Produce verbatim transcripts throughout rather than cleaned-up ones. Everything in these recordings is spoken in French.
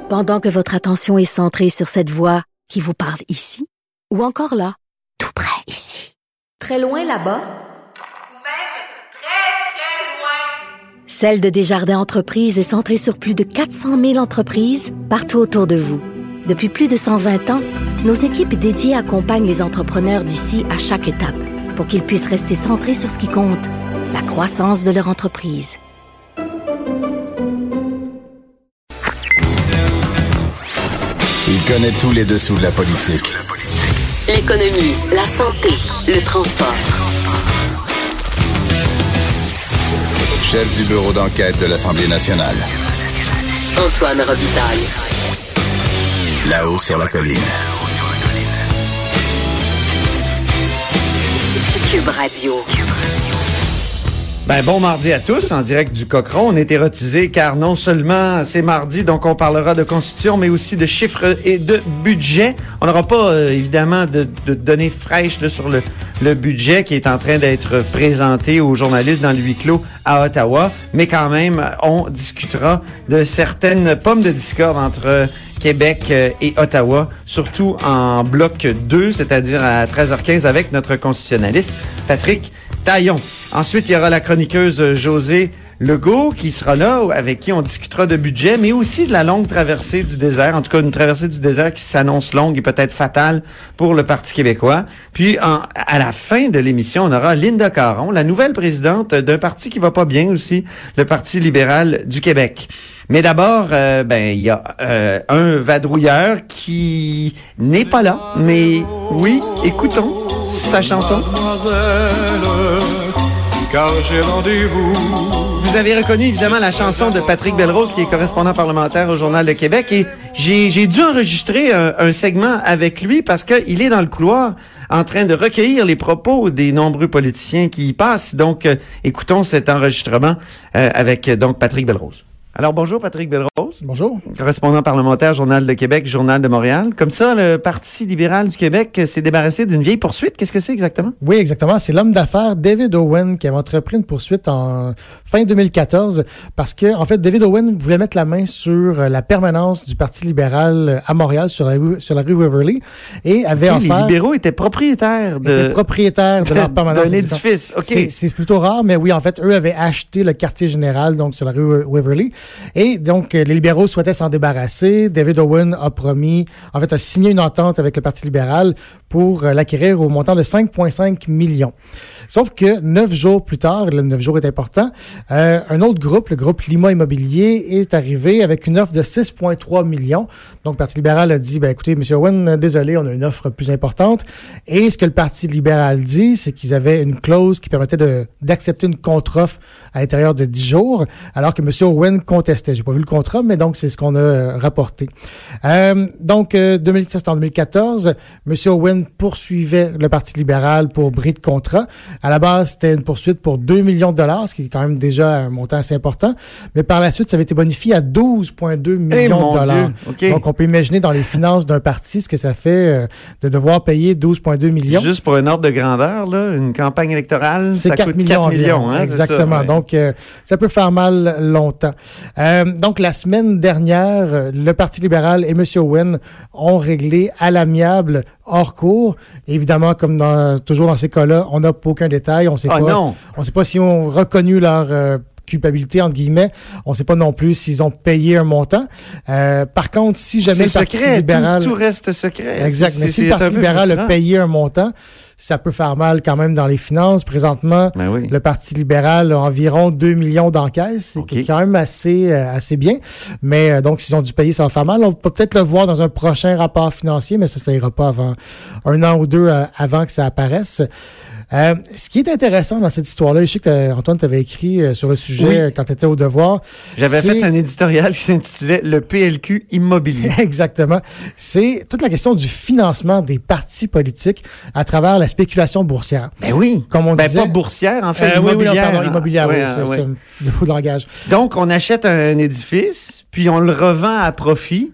Pendant que votre attention est centrée sur cette voix qui vous parle ici, ou encore là, tout près ici, très loin là-bas, ou même très, très loin. Celle de Desjardins Entreprises est centrée sur plus de quatre cent mille entreprises partout autour de vous. Depuis plus de cent vingt ans, nos équipes dédiées accompagnent les entrepreneurs d'ici à chaque étape pour qu'ils puissent rester centrés sur ce qui compte, la croissance de leur entreprise. Il connaît tous les dessous de la politique. L'économie, la santé, le transport. Chef du bureau d'enquête de l'Assemblée nationale. Antoine Robitaille. Là-haut sur la colline. Cube Radio. Ben, bon mardi à tous, en direct du Cochron. On est érotisé car non seulement c'est mardi, donc on parlera de constitution, mais aussi de chiffres et de budget. On n'aura pas, euh, évidemment, de, de données fraîches là, sur le, le budget qui est en train d'être présenté aux journalistes dans le huis clos à Ottawa. Mais quand même, on discutera de certaines pommes de discorde entre Québec et Ottawa, surtout en bloc deux, c'est-à-dire à treize heures quinze avec notre constitutionnaliste Patrick Taillon. Ensuite, il y aura la chroniqueuse Josée Legault qui sera là, avec qui on discutera de budget, mais aussi de la longue traversée du désert, en tout cas une traversée du désert qui s'annonce longue et peut-être fatale pour le Parti québécois. Puis, en, à la fin de l'émission, on aura Linda Caron, la nouvelle présidente d'un parti qui va pas bien aussi, le Parti libéral du Québec. Mais d'abord, euh, ben il y a euh, un vadrouilleur qui n'est pas là, mais oui, écoutons sa chanson. Car j'ai rendez-vous. Vous avez reconnu évidemment la chanson de Patrick Belrose, qui est correspondant parlementaire au Journal de Québec, et j'ai, j'ai dû enregistrer un, un segment avec lui parce qu'il est dans le couloir en train de recueillir les propos des nombreux politiciens qui y passent. Donc, euh, écoutons cet enregistrement euh, avec donc Patrick Belrose. Alors, bonjour Patrick Belrose. Bonjour. Correspondant parlementaire, Journal de Québec, Journal de Montréal. Comme ça, le Parti libéral du Québec s'est débarrassé d'une vieille poursuite. Qu'est-ce que c'est exactement? Oui, exactement. C'est l'homme d'affaires David Owen qui avait entrepris une poursuite en fin deux mille quatorze parce que, en fait, David Owen voulait mettre la main sur la permanence du Parti libéral à Montréal, sur la rue, sur la rue Waverly, et avait okay, offert... Les libéraux étaient propriétaires de... Étaient propriétaires de leur permanence. D'un édifice, OK. C'est, c'est plutôt rare, mais oui, en fait, eux avaient acheté le quartier général, donc sur la rue Waverly, et donc, les libéraux souhaitaient s'en débarrasser. David Owen a promis, en fait, a signé une entente avec le Parti libéral pour l'acquérir au montant de cinq virgule cinq millions. Sauf que neuf jours plus tard, le neuf jours est important, euh, un autre groupe, le groupe Lima Immobilier, est arrivé avec une offre de six virgule trois millions. Donc, le Parti libéral a dit, ben écoutez, M. Owen, désolé, on a une offre plus importante. Et ce que le Parti libéral dit, c'est qu'ils avaient une clause qui permettait de, d'accepter une contre-offre à l'intérieur de dix jours, alors que M. Owen contestait. J'ai pas vu le contrat, mais donc c'est ce qu'on a rapporté. Euh, donc, euh, deux mille dix-sept en deux mille quatorze, M. Owen poursuivait le Parti libéral pour bris de contrat. À la base, c'était une poursuite pour deux millions de dollars, ce qui est quand même déjà un montant assez important. Mais par la suite, ça avait été bonifié à douze virgule deux millions de dollars. Okay. Donc, on peut imaginer dans les finances d'un parti ce que ça fait euh, de devoir payer douze virgule deux millions. Juste pour un ordre de grandeur, là, une campagne électorale, c'est ça quatre coûte millions quatre millions. Hein, exactement. Ça, ouais. Donc, euh, ça peut faire mal longtemps. Euh, donc, la semaine dernière, le Parti libéral et M. Owen ont réglé à l'amiable hors cours. Évidemment, comme dans, toujours dans ces cas-là, on n'a aucun détail. On sait oh pas. Non. On sait pas si on reconnu leur euh, culpabilité, entre guillemets. On ne sait pas non plus s'ils ont payé un montant. Euh, par contre, si jamais c'est le Parti secret, libéral... Tout, tout reste secret. Exact. C'est, mais c'est, si le Parti libéral frustrant. a payé un montant, ça peut faire mal quand même dans les finances. Présentement, ben oui. le Parti libéral a environ deux millions d'encaisses, c'est okay. quand même assez euh, assez bien. Mais euh, donc, s'ils ont dû payer, ça va faire mal. On peut peut-être le voir dans un prochain rapport financier, mais ça, ça ira pas avant un an ou deux euh, avant que ça apparaisse. Euh, ce qui est intéressant dans cette histoire-là, je sais que Antoine t'avait écrit euh, sur le sujet oui. euh, quand tu étais au Devoir. J'avais c'est... fait un éditorial qui s'intitulait « Le P L Q immobilier ». Exactement. C'est toute la question du financement des partis politiques à travers la spéculation boursière. Ben oui. Comme on ben disait. pas boursière, en fait, euh, immobilière. Oui, oui, non, pardon, immobilière, ouais, oui, c'est, ouais. c'est, c'est le faux langage. Donc, on achète un édifice, puis on le revend à profit.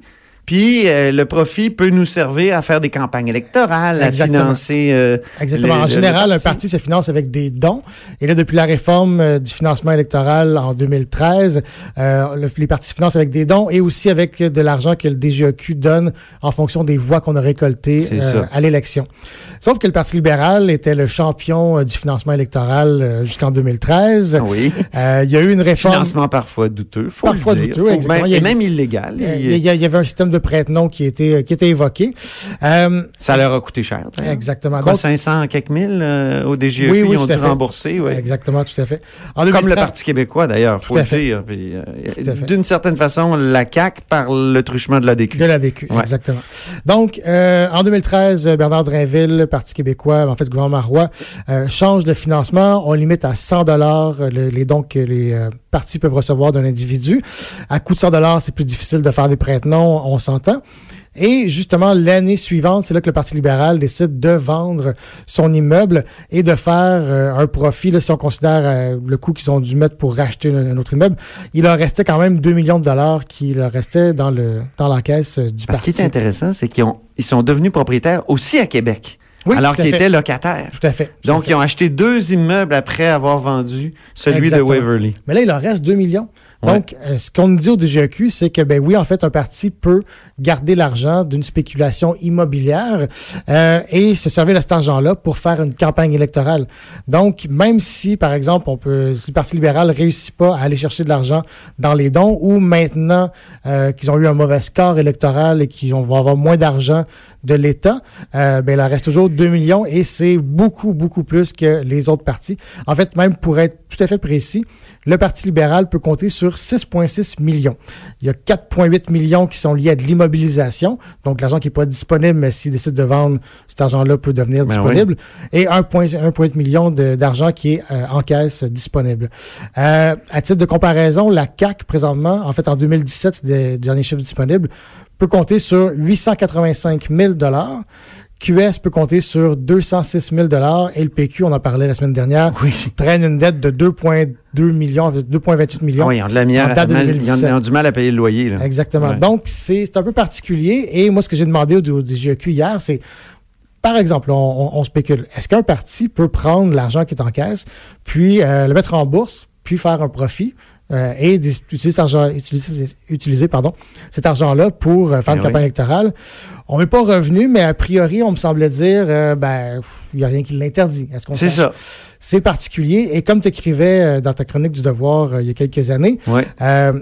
Puis euh, le profit peut nous servir à faire des campagnes électorales, Exactement. à financer... Euh, Exactement. le, en le, général, le un parti se finance avec des dons. Et là, depuis la réforme euh, du financement électoral en deux mille treize, euh, le, les partis se financent avec des dons et aussi avec de l'argent que le D G E Q donne en fonction des voix qu'on a récoltées euh, à l'élection. Sauf que le Parti libéral était le champion euh, du financement électoral euh, jusqu'en deux mille treize. Oui. Euh, il y a eu une réforme... Financement parfois douteux, faut Parfois le dire. douteux, Faut exactement. même, Il y a- et même illégal. Il Il- y, a- il y avait un système de prête-nom qui était, qui était évoqué. Euh, Ça leur a coûté cher. d'ailleurs. exactement. Quoi, Donc, cinq cents quelques mille euh, au D G E Q, Oui, oui, ils ont tout à dû fait. rembourser. Ouais. Exactement, tout à fait. En Comme le deux mille treize Parti québécois, d'ailleurs, faut Tout à le fait. dire. Puis, euh, Tout à fait. d'une certaine façon, la C A Q par le truchement de la D Q. De la D Q, Ouais. exactement. Donc, euh, en deux mille treize, Bernard Drainville, Parti québécois, en fait, le gouvernement Roy, euh, change le financement. On limite à cent dollars les dons que les euh, partis peuvent recevoir d'un individu. À coût de cent dollars, c'est plus difficile de faire des prête-noms, on s'entend. Et justement, l'année suivante, c'est là que le Parti libéral décide de vendre son immeuble et de faire euh, un profit. Là, si on considère euh, le coût qu'ils ont dû mettre pour racheter un, un autre immeuble, il leur restait quand même deux millions de dollars qui leur restaient dans, le, dans la caisse euh, du Parce parti. ce qui est intéressant, c'est qu'ils ont, ils sont devenus propriétaires aussi à Québec, Oui, alors tout à qu'ils fait. étaient locataires. Tout à fait. tout à Donc, fait. ils ont acheté deux immeubles après avoir vendu celui Exactement. de Waverly. Mais là, il leur reste deux millions. Donc, euh, ce qu'on nous dit au D G E Q, c'est que, ben oui, en fait, un parti peut garder l'argent d'une spéculation immobilière euh, et se servir de cet argent-là pour faire une campagne électorale. Donc, même si, par exemple, on peut, si le Parti libéral réussit pas à aller chercher de l'argent dans les dons ou maintenant euh, qu'ils ont eu un mauvais score électoral et qu'ils vont avoir moins d'argent de l'État, euh, ben, il en reste toujours deux millions et c'est beaucoup, beaucoup plus que les autres partis. En fait, même pour être tout à fait précis, le Parti libéral peut compter sur six virgule six millions. Il y a quatre virgule huit millions qui sont liés à de l'immobilisation, donc l'argent qui n'est pas disponible, mais s'il décide de vendre, cet argent-là peut devenir Ben disponible, et un virgule huit million de- d'argent qui est euh, en caisse euh, disponible. Euh, à titre de comparaison, la C A Q, présentement, en fait, en deux mille dix-sept, c'est des derniers chiffres disponibles, peut compter sur huit cent quatre-vingt-cinq mille dollars. Q S peut compter sur deux cent six mille dollars et le P Q, on en parlait la semaine dernière, Oui. traîne une dette de deux virgule deux millions, deux virgule vingt-huit millions. Ah oui, ils ont de la misère, en date de deux mille ils ont, dix-sept. ils ont du mal à payer le loyer. Là. Exactement. Ouais. Donc, c'est c'est un peu particulier. Et moi, ce que j'ai demandé au, au D G E Q hier, c'est, par exemple, on, on, on spécule, est-ce qu'un parti peut prendre l'argent qui est en caisse, puis euh, le mettre en bourse, puis faire un profit euh, et dis- utiliser, cet argent, utiliser, utiliser pardon, cet argent-là pour euh, faire Ben une campagne oui. électorale? On n'est pas revenu, mais a priori, on me semblait dire, euh, ben, il n'y a rien qui l'interdit. Est-ce qu'on C'est sait? ça. C'est particulier. Et comme tu écrivais euh, dans ta chronique du Devoir euh, il y a quelques années, Ouais. euh,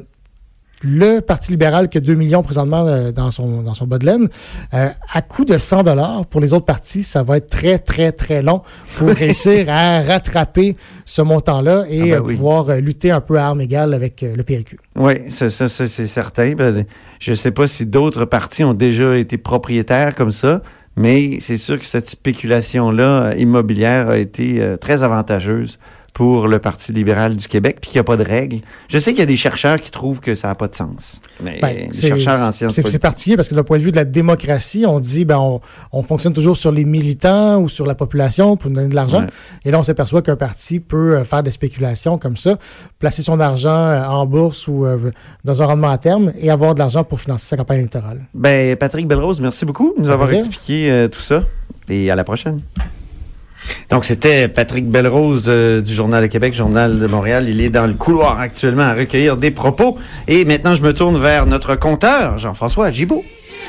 le Parti libéral qui a deux millions présentement euh, dans son dans son bas de laine, euh, à coût de cent dollars pour les autres partis, ça va être très, très, très long pour réussir à rattraper ce montant-là et Ah ben euh, oui. pouvoir euh, lutter un peu à armes égales avec euh, le P L Q. Oui, ça, ça, ça, c'est certain. Ben, je ne sais pas si d'autres partis ont déjà été propriétaires comme ça, mais c'est sûr que cette spéculation-là euh, immobilière a été euh, très avantageuse pour le Parti libéral du Québec, puis qu'il n'y a pas de règles. Je sais qu'il y a des chercheurs qui trouvent que ça n'a pas de sens. Mais Ben, les c'est- chercheurs en sciences C'est c'est politiques. particulier parce que d'un point de vue de la démocratie, on dit ben on, on fonctionne toujours sur les militants ou sur la population pour nous donner de l'argent. Ouais. Et là, on s'aperçoit qu'un parti peut euh, faire des spéculations comme ça, placer son argent euh, en bourse ou euh, dans un rendement à terme et avoir de l'argent pour financer sa campagne électorale. Ben, Patrick Belrose, merci beaucoup de nous Ça avoir fait plaisir. expliqué euh, tout ça. Et à la prochaine. Donc, c'était Patrick Belrose euh, du Journal de Québec, Journal de Montréal. Il est dans le couloir actuellement à recueillir des propos. Et maintenant, je me tourne vers notre compteur, Jean-François Gibault.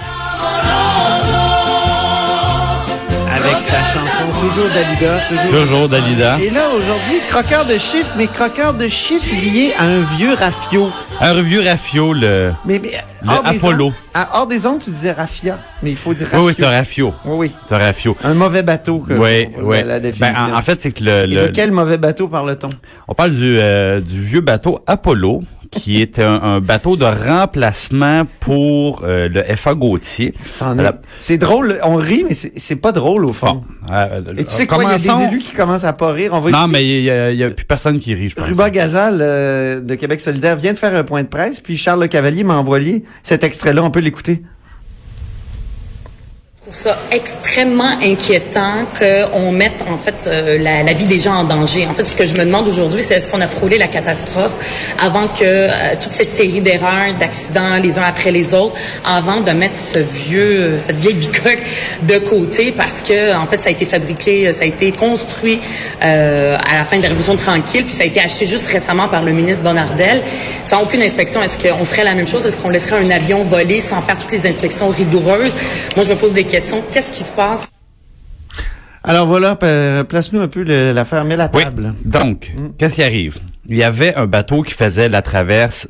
Avec sa chanson Toujours Dalida. Toujours, Toujours Dalida. Et là, aujourd'hui, croqueur de chiffres, mais croqueur de chiffres lié à un vieux rafio. Un vieux Rafio, le... Mais, mais Le hors des Apollo. ondes- à hors des ondes, tu disais raffia, mais il faut dire Oui, rafio. oui, c'est un Rafio. Oui, oui. C'est un Rafio. Un mauvais bateau, que, Oui, pour oui. la, la définition. Ben, en, en fait, c'est que le... Et le- de quel mauvais bateau parle-t-on? On parle du, euh, du vieux bateau Apollo, qui est un, un bateau de remplacement pour euh, le F A Gauthier. C'en est- Voilà. C'est drôle, on rit, mais c'est c'est pas drôle au fond. Bon, euh, Et tu sais quoi, il y a commençons- des élus qui commencent à pas rire. On va Non, écouter- mais il y, a- il y a plus personne qui rit, je pense. Ruba Gazal euh, de Québec solidaire vient de faire un point de presse, puis Charles Le Cavalier m'a envoyé cet extrait-là. On peut l'écouter. Je trouve ça extrêmement inquiétant qu'on mette en fait euh, la, la vie des gens en danger. En fait, ce que je me demande aujourd'hui, c'est est-ce qu'on a frôlé la catastrophe avant que euh, toute cette série d'erreurs, d'accidents, les uns après les autres, avant de mettre ce vieux, cette vieille bicoque de côté, parce que en fait, ça a été fabriqué, ça a été construit euh, à la fin de la Révolution tranquille, puis ça a été acheté juste récemment par le ministre Bonnardel, sans aucune inspection. Est-ce qu'on ferait la même chose? Est-ce qu'on laisserait un avion voler sans faire toutes les inspections rigoureuses? Moi, je me pose des questions. Qu'est-ce qui se passe? Alors voilà, place-nous un peu le, l'affaire, mets la table. Oui. Donc, mmh. qu'est-ce qui arrive? Il y avait un bateau qui faisait la traverse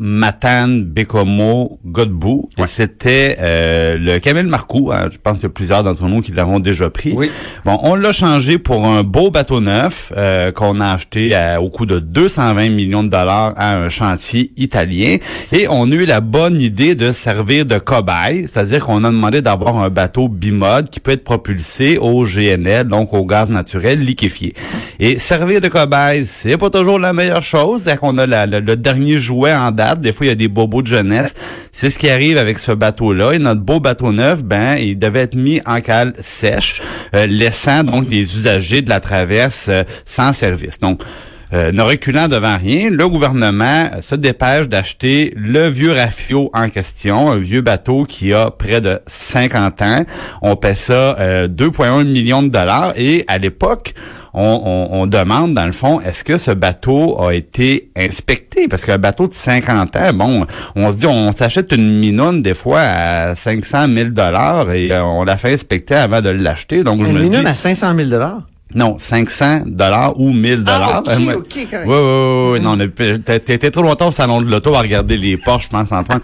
Matane-Bécomo-Godbout. Ouais. Et c'était euh, le Camille Marcoux. Hein, je pense qu'il y a plusieurs d'entre nous qui l'avons déjà pris. Oui. Bon, on l'a changé pour un beau bateau neuf euh, qu'on a acheté à, au coût de deux cent vingt millions de dollars à un chantier italien. Et on a eu la bonne idée de servir de cobaye, c'est-à-dire qu'on a demandé d'avoir un bateau bimode qui peut être propulsé au G N L, donc au gaz naturel liquéfié. Et servir de cobaye, c'est pas toujours la meilleure chose. C'est-à-dire qu'on a la, le, le dernier jouet en date. Des fois, il y a des bobos de jeunesse. C'est ce qui arrive avec ce bateau-là. Et notre beau bateau neuf, ben, il devait être mis en cale sèche, euh, laissant donc les usagers de la traverse euh, sans service. Donc, Euh, ne reculant devant rien, le gouvernement se dépêche d'acheter le vieux Rafio en question, un vieux bateau qui a près de cinquante ans. On paie ça euh, deux virgule un millions de dollars et à l'époque, on, on, on demande dans le fond, est-ce que ce bateau a été inspecté? Parce qu'un bateau de cinquante ans, bon, on se dit, on s'achète une minoune des fois à cinq cent mille dollars et euh, on l'a fait inspecter avant de l'acheter. Donc, une je me minoune dis, à cinq cent mille dollars? Non, cinq cents dollars ou mille dollars. Ah, ok, ok, correct. Oui, oui, oui. Non, t'étais trop longtemps au salon de l'auto à regarder les Porsche, je pense, Antoine.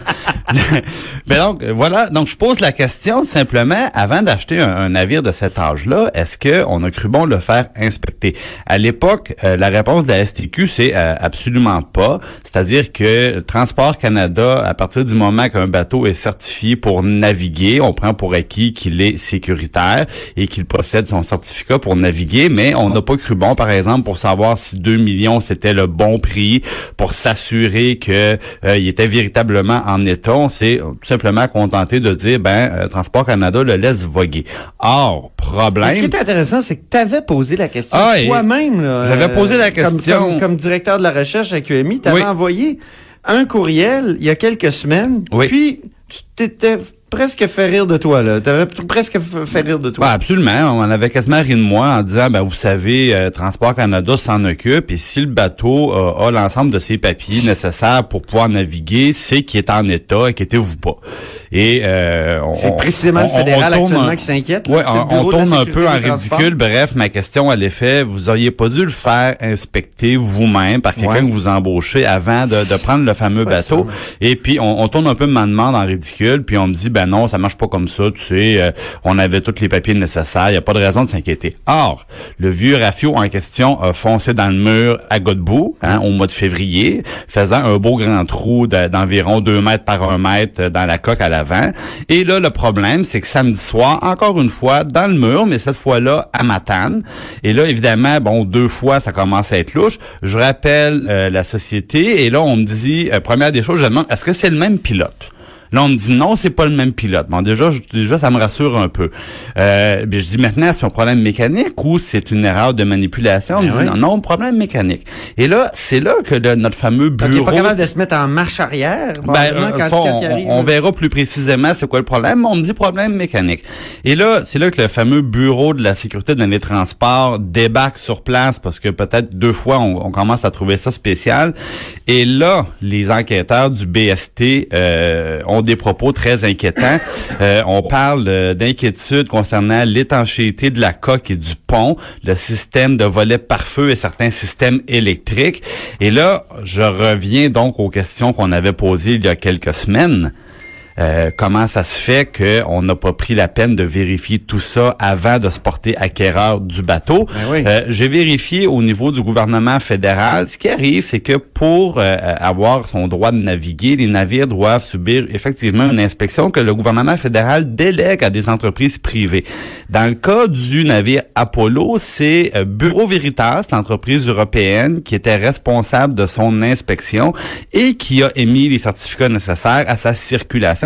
Mais donc, voilà. Donc, je pose la question, tout simplement, avant d'acheter un, un navire de cet âge-là, est-ce que on a cru bon le faire inspecter? À l'époque, euh, la réponse de la S T Q, c'est euh, absolument pas. C'est-à-dire que Transport Canada, à partir du moment qu'un bateau est certifié pour naviguer, on prend pour acquis qu'il est sécuritaire et qu'il possède son certificat pour naviguer. Mais on n'a pas cru bon, par exemple, pour savoir si deux millions c'était le bon prix, pour s'assurer que euh, il était véritablement en état. On s'est tout simplement contenté de dire, ben, euh, Transport Canada le laisse voguer. Or, problème... Ce qui est intéressant, c'est que tu avais posé la question ah, toi-même. Là, j'avais posé la question. Comme, comme, comme directeur de la recherche à Q M I, tu avais oui. envoyé un courriel il y a quelques semaines, oui. puis tu t'étais... presque fait rire de toi, là. T'avais presque fait rire de toi. Ben, absolument. On avait quasiment ri de moi en disant, ben, vous savez, euh, Transport Canada s'en occupe et si le bateau euh, a l'ensemble de ses papiers nécessaires pour pouvoir naviguer, c'est qu'il est en état, inquiétez-vous pas. Et, euh, on, c'est précisément on, le fédéral on, on actuellement un, qui s'inquiète. Oui, on, on tourne un peu en ridicule. Bref, ma question à l'effet, vous auriez pas dû le faire inspecter vous-même par quelqu'un ouais. que vous embauchez avant de, de prendre le fameux ouais, bateau. Et puis, on, on tourne un peu ma demande en ridicule, puis on me dit, ben non, ça marche pas comme ça, tu sais, euh, on avait tous les papiers nécessaires, il n'y a pas de raison de s'inquiéter. Or, le vieux Rafio en question a foncé dans le mur à Godbout, hein, au mois de février, faisant un beau grand trou de, d'environ deux mètres par un mètre dans la coque à l'avant. Et là, le problème, c'est que samedi soir, encore une fois, dans le mur, mais cette fois-là, à Matane. Et là, évidemment, bon, deux fois, ça commence à être louche. Je rappelle euh, la société, et là, on me dit, euh, première des choses, je demande, est-ce que c'est le même pilote? Là, on me dit non, c'est pas le même pilote. Bon, déjà, je, déjà, ça me rassure un peu. Euh, je dis maintenant, c'est un problème mécanique ou c'est une erreur de manipulation? On me dit oui. non, non, problème mécanique. Et là, c'est là que le, notre fameux bureau... Donc, il n'est pas capable de se mettre en marche arrière? Ben, euh, quand, ça, quand on, arrive, on verra plus précisément c'est quoi le problème, mais on me dit problème mécanique. Et là, c'est là que le fameux bureau de la sécurité dans les transports débarque sur place parce que peut-être deux fois, on, on commence à trouver ça spécial. Et là, les enquêteurs du B S T euh, ont des propos très inquiétants. Euh, on parle euh, d'inquiétude concernant l'étanchéité de la coque et du pont, le système de volet pare-feu et certains systèmes électriques. Et là, je reviens donc aux questions qu'on avait posées il y a quelques semaines. Euh, comment ça se fait qu'on n'a pas pris la peine de vérifier tout ça avant de se porter acquéreur du bateau? Ben oui. euh, j'ai vérifié au niveau du gouvernement fédéral. Ce qui arrive, c'est que pour euh, avoir son droit de naviguer, les navires doivent subir effectivement une inspection que le gouvernement fédéral délègue à des entreprises privées. Dans le cas du navire Apollo, c'est euh, Bureau Veritas, l'entreprise européenne, qui était responsable de son inspection et qui a émis les certificats nécessaires à sa circulation.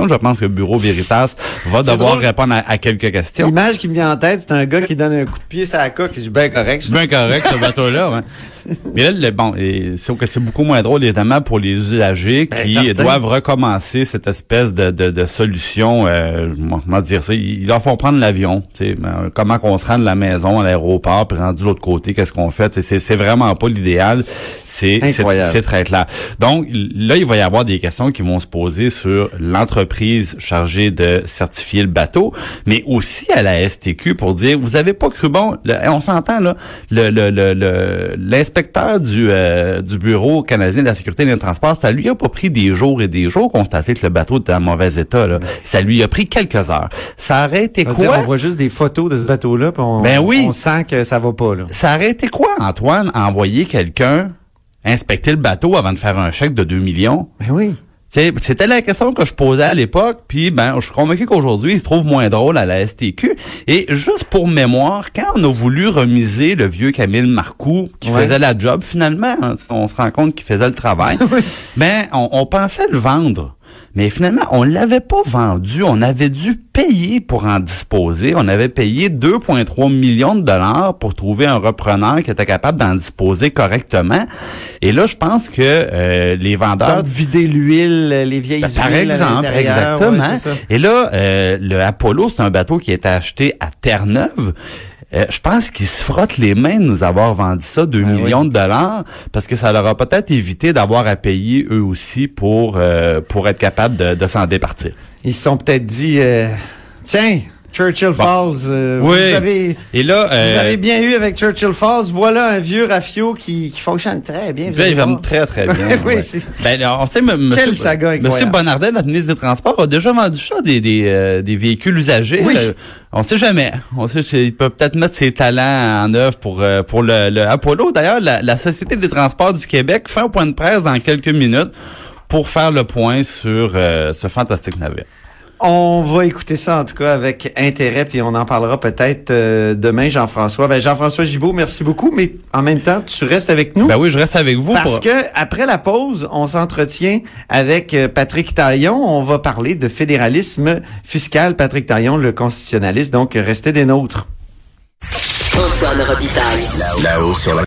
questions. Je pense que Bureau Veritas va devoir drôle. répondre à, à quelques questions. L'image qui me vient en tête, c'est un gars qui donne un coup de pied sur la coque. Je dis, ben correct. C'est bien correct, ce bateau-là. Ouais. Mais là, le, bon, et, sauf que c'est beaucoup moins drôle, évidemment, pour les usagers Ben, qui certain. doivent recommencer cette espèce de, de, de solution. Euh, comment dire ça? Ils leur font prendre l'avion. Tu sais, ben, comment qu'on se rend de la maison à l'aéroport, puis rendu de l'autre côté, qu'est-ce qu'on fait? C'est, c'est vraiment pas l'idéal. C'est, c'est, c'est très clair. Donc, là, il va y avoir des questions qui vont se poser sur l'entreprise chargée de certifier le bateau, mais aussi à la S T Q pour dire, vous avez pas cru bon, le, on s'entend là, le, le, le, le l'inspecteur du euh, du Bureau canadien de la sécurité des transports, ça lui a pas pris des jours et des jours constater que le bateau était en mauvais état là. Ça lui a pris quelques heures. Ça aurait été quoi? Dire, on voit juste des photos de ce bateau-là, puis on, ben oui. on sent que ça va pas là. Ça aurait été quoi, Antoine, envoyer quelqu'un inspecter le bateau avant de faire un chèque de deux millions? Ben oui. T'sais, c'était la question que je posais à l'époque, puis ben je suis convaincu qu'aujourd'hui, il se trouve moins drôle à la S T Q. Et juste pour mémoire, quand on a voulu remiser le vieux Camille Marcoux, qui ouais. faisait la job finalement, hein, on se rend compte qu'il faisait le travail, oui. ben on, on pensait le vendre. Mais finalement, on l'avait pas vendu. On avait dû payer pour en disposer. On avait payé deux virgule trois millions de dollars pour trouver un repreneur qui était capable d'en disposer correctement. Et là, je pense que euh, les vendeurs... Donc, vider l'huile, les vieilles ben, huiles par exemple, à exactement. Ouais, Et là, euh, le Apollo, c'est un bateau qui a été acheté à Terre-Neuve. Euh, je pense qu'ils se frottent les mains de nous avoir vendu ça deux ah millions oui. de dollars parce que ça leur a peut-être évité d'avoir à payer eux aussi pour euh, pour être capable de, de s'en départir. Ils se sont peut-être dit euh, tiens, Churchill bon. Falls, euh, oui. vous avez et là euh, vous avez bien eu avec Churchill Falls, voilà un vieux rafio qui, qui fonctionne très bien. Il va très très bien. oui, ouais. c'est... Ben on sait m- Quelle monsieur, saga incroyable. Monsieur Bonnardel, notre ministre des Transports, a déjà vendu ça des des euh, des véhicules usagés. Oui. Euh, on sait jamais. On sait qu'il peut peut-être mettre ses talents en œuvre pour euh, pour le, le Apollo. D'ailleurs, la, la Société des Transports du Québec fait un point de presse dans quelques minutes pour faire le point sur euh, ce fantastique navire. On va écouter ça, en tout cas, avec intérêt, puis on en parlera peut-être euh, demain, Jean-François. Ben, Jean-François Gibault, merci beaucoup, mais en même temps, tu restes avec nous. Ben oui, je reste avec vous. Parce pour... que, après la pause, on s'entretient avec euh, Patrick Taillon. On va parler de fédéralisme fiscal. Patrick Taillon, le constitutionnaliste, donc restez des nôtres. Antoine Robitaille. Là-haut sur la